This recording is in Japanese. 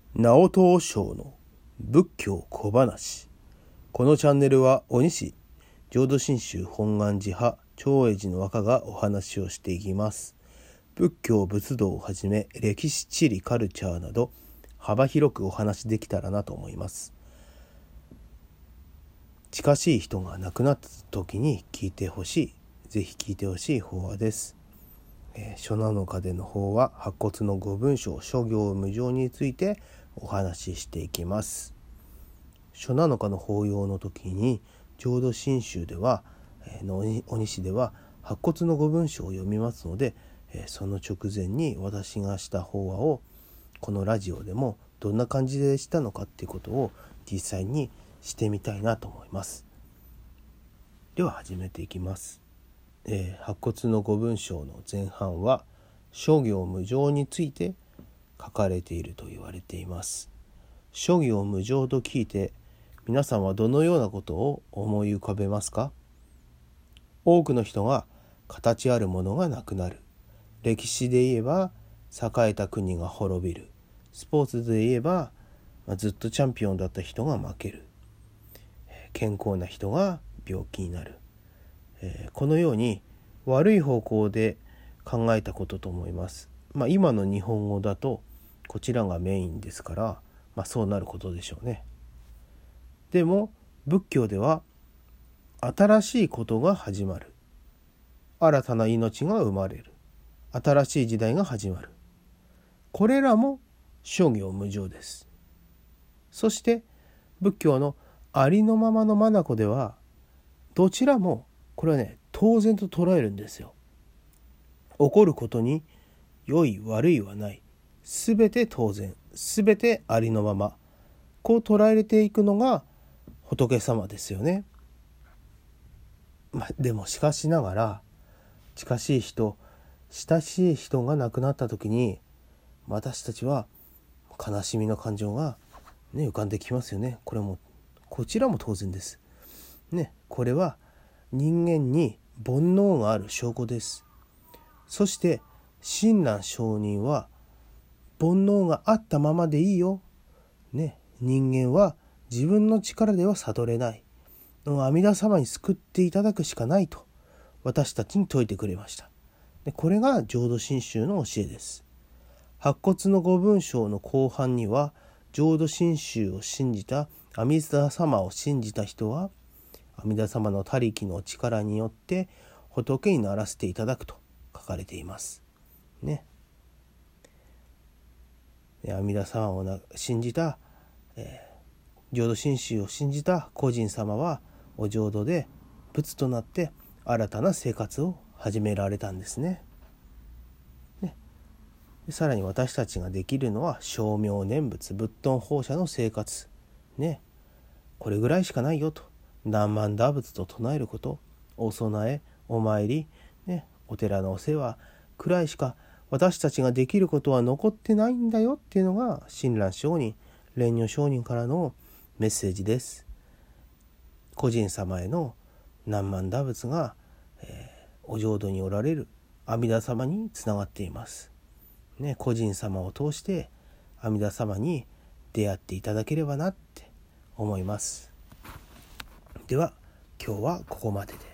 直東省の仏教小話。このチャンネルは鬼師浄土真宗本願寺派長栄寺の和歌がお話をしていきます。仏教仏道をはじめ歴史地理カルチャーなど幅広くお話できたらなと思います。近しい人が亡くなった時に聞いてほしい、ぜひ聞いてほしい法話です。初七日での方は白骨の五文章諸行無常についてお話ししていきます。初七日の法要の時に浄土真宗では鬼師では白骨の五文章を読みますので、その直前に私がした法話をこのラジオでもどんな感じでしたのかっていうことを実際にしてみたいなと思います。では始めていきます。白骨の五文章の前半は諸行無常について書かれていると言われています。諸行無常と聞いて皆さんはどのようなことを思い浮かべますか？多くの人が形あるものがなくなる、歴史で言えば栄えた国が滅びる、スポーツで言えばずっとチャンピオンだった人が負ける、健康な人が病気になる、このように悪い方向で考えたことと思います。今の日本語だとこちらがメインですから、そうなることでしょうね。でも仏教では新しいことが始まる、新たな命が生まれる、新しい時代が始まる、これらも諸行無常です。そして仏教のありのままの眼ではどちらもこれはね、当然と捉えるんですよ。起こることに良い悪いはない、すべて当然、すべてありのまま、こう捉えていくのが仏様ですよね。でもしかしながら近しい人、親しい人が亡くなった時に私たちは悲しみの感情が、浮かんできますよね。こちらも当然です。これは人間に煩悩がある証拠です。そして親鸞上人は煩悩があったままでいいよ、人間は自分の力では悟れない、阿弥陀様に救っていただくしかないと私たちに説いてくれました。これが浄土真宗の教えです。白骨の五文章の後半には浄土真宗を信じた阿弥陀様を信じた人は阿弥陀様の他力の力によって仏にならせていただくと書かれています阿弥陀様を信じた、浄土真宗を信じた個人様はお浄土で仏となって新たな生活を始められたんですね。さらに私たちができるのは称名念仏仏頓放射の生活これぐらいしかないよと、何万打仏と唱えること、お供え、お参り、お寺のお世話くらいしか私たちができることは残ってないんだよっていうのが親鸞上人、蓮如上人からのメッセージです。個人様への何万打仏が、お浄土におられる阿弥陀様につながっています。個人様を通して阿弥陀様に出会っていただければなって思います。では今日はここまでです。